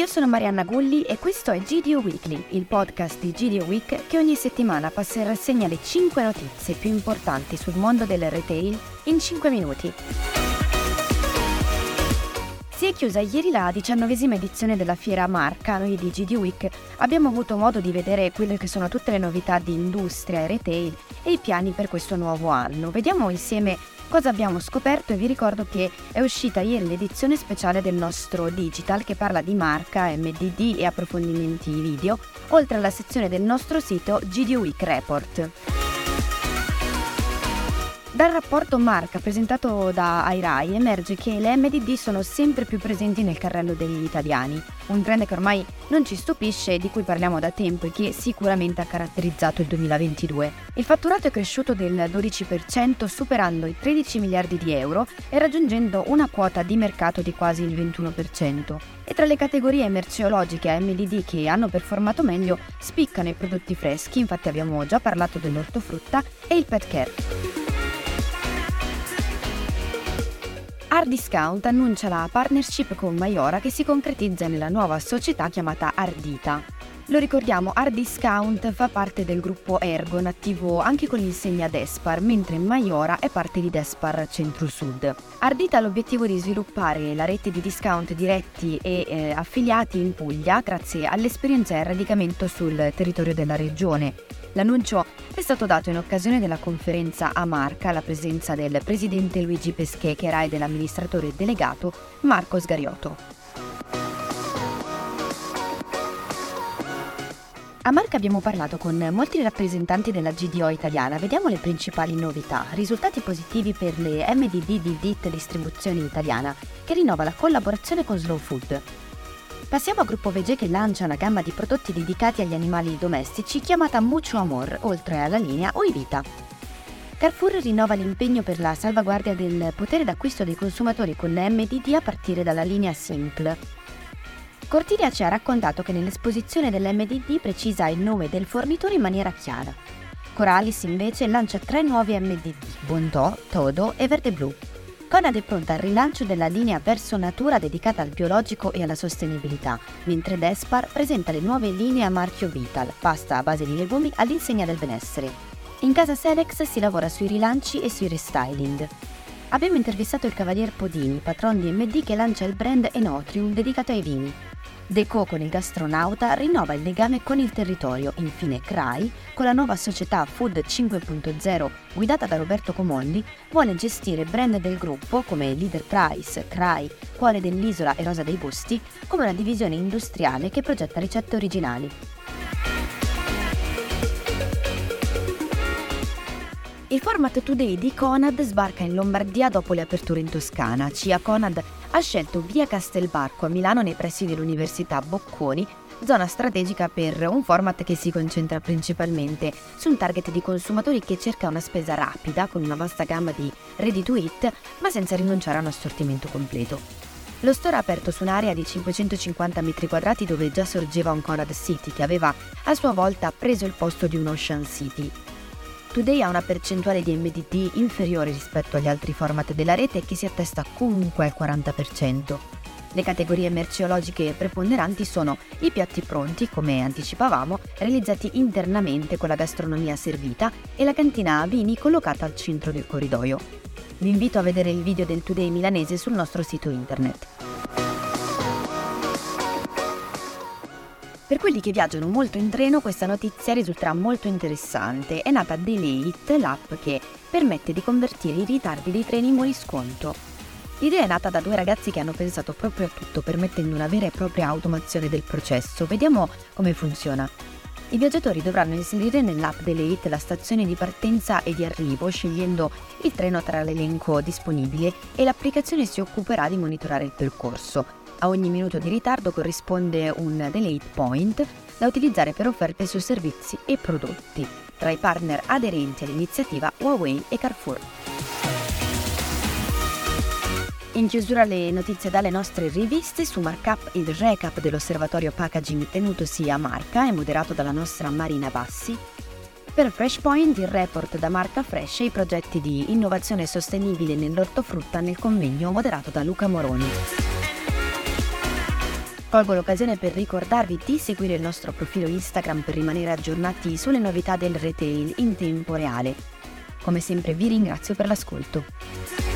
sono Marianna Gulli e questo è GDO Weekly, il podcast di GDO Week che ogni settimana passa in rassegna le 5 notizie più importanti sul mondo del retail in 5 minuti. Si è chiusa ieri la 19ª edizione della fiera Marca. Noi di GDO Week abbiamo avuto modo di vedere quelle che sono tutte le novità di industria e retail e i piani per questo nuovo anno. Vediamo insieme cosa abbiamo scoperto e vi ricordo che è uscita ieri l'edizione speciale del nostro digital che parla di marca, MDD e approfondimenti video, oltre alla sezione del nostro sito GDO Week Report. Dal rapporto Marca presentato da IRAI emerge che le MDD sono sempre più presenti nel carrello degli italiani, un trend che ormai non ci stupisce e di cui parliamo da tempo e che sicuramente ha caratterizzato il 2022. Il fatturato è cresciuto del 12%, superando i 13 miliardi di euro e raggiungendo una quota di mercato di quasi il 21%. E tra le categorie merceologiche a MDD che hanno performato meglio spiccano i prodotti freschi, infatti abbiamo già parlato dell'ortofrutta, e il pet care. Hard Discount annuncia la partnership con Maiora che si concretizza nella nuova società chiamata Ardita. Lo ricordiamo, Hard Discount fa parte del gruppo Ergon, attivo anche con l'insegna Despar, mentre Maiora è parte di Despar Centro-Sud. Ardita ha l'obiettivo di sviluppare la rete di discount diretti e affiliati in Puglia grazie all'esperienza e al radicamento sul territorio della regione. L'annuncio è stato dato in occasione della conferenza a Marca alla presenza del presidente Luigi Peschecher e dell'amministratore delegato Marco Sgariotto. A Marca abbiamo parlato con molti rappresentanti della GDO italiana, vediamo le principali novità. Risultati positivi per le MDD di DIT Distribuzione Italiana, che rinnova la collaborazione con Slow Food. Passiamo a Gruppo Vegè che lancia una gamma di prodotti dedicati agli animali domestici chiamata Mucho Amor, oltre alla linea Oi Vita. Carrefour rinnova l'impegno per la salvaguardia del potere d'acquisto dei consumatori con MDD a partire dalla linea Simple. Cortilia ci ha raccontato che nell'esposizione dell'MDD precisa il nome del fornitore in maniera chiara. Coralis invece lancia 3 nuovi MDD, Bondò, Todo e Verde Blu. Conad è pronta al rilancio della linea Verso Natura dedicata al biologico e alla sostenibilità, mentre Despar presenta le nuove linee a marchio Vital, pasta a base di legumi all'insegna del benessere. In casa Selex si lavora sui rilanci e sui restyling. Abbiamo intervistato il Cavalier Podini, patron di MD che lancia il brand Enotrium dedicato ai vini. Deco con il gastronauta rinnova il legame con il territorio. Infine CRAI, con la nuova società Food 5.0 guidata da Roberto Comolli, vuole gestire brand del gruppo come Leader Price, CRAI, Cuore dell'Isola e Rosa dei Busti come una divisione industriale che progetta ricette originali. Il format Today di Conad sbarca in Lombardia dopo le aperture in Toscana. CIA Conad ha scelto via Castelbarco a Milano nei pressi dell'Università Bocconi, zona strategica per un format che si concentra principalmente su un target di consumatori che cerca una spesa rapida con una vasta gamma di ready to eat, ma senza rinunciare a un assortimento completo. Lo store è aperto su un'area di 550 m² dove già sorgeva un Conad City che aveva a sua volta preso il posto di un Ocean City. Today ha una percentuale di MDD inferiore rispetto agli altri format della rete che si attesta comunque al 40%. Le categorie merceologiche preponderanti sono i piatti pronti, come anticipavamo, realizzati internamente con la gastronomia servita e la cantina a vini collocata al centro del corridoio. Vi invito a vedere il video del Today milanese sul nostro sito internet. Per quelli che viaggiano molto in treno questa notizia risulterà molto interessante. È nata Delate, l'app che permette di convertire i ritardi dei treni in buoni sconto. L'idea è nata da 2 ragazzi che hanno pensato proprio a tutto, permettendo una vera e propria automazione del processo. Vediamo come funziona. I viaggiatori dovranno inserire nell'app Delate la stazione di partenza e di arrivo, scegliendo il treno tra l'elenco disponibile e l'applicazione si occuperà di monitorare il percorso. A ogni minuto di ritardo corrisponde un Delate Point da utilizzare per offerte su servizi e prodotti. Tra i partner aderenti all'iniziativa Huawei e Carrefour. In chiusura le notizie dalle nostre riviste. Su Markup il recap dell'osservatorio packaging tenutosi a Marca e moderato dalla nostra Marina Bassi. Per Freshpoint il report da Marca Fresh e i progetti di innovazione sostenibile nell'ortofrutta nel convegno moderato da Luca Moroni. Colgo l'occasione per ricordarvi di seguire il nostro profilo Instagram per rimanere aggiornati sulle novità del retail in tempo reale. Come sempre vi ringrazio per l'ascolto.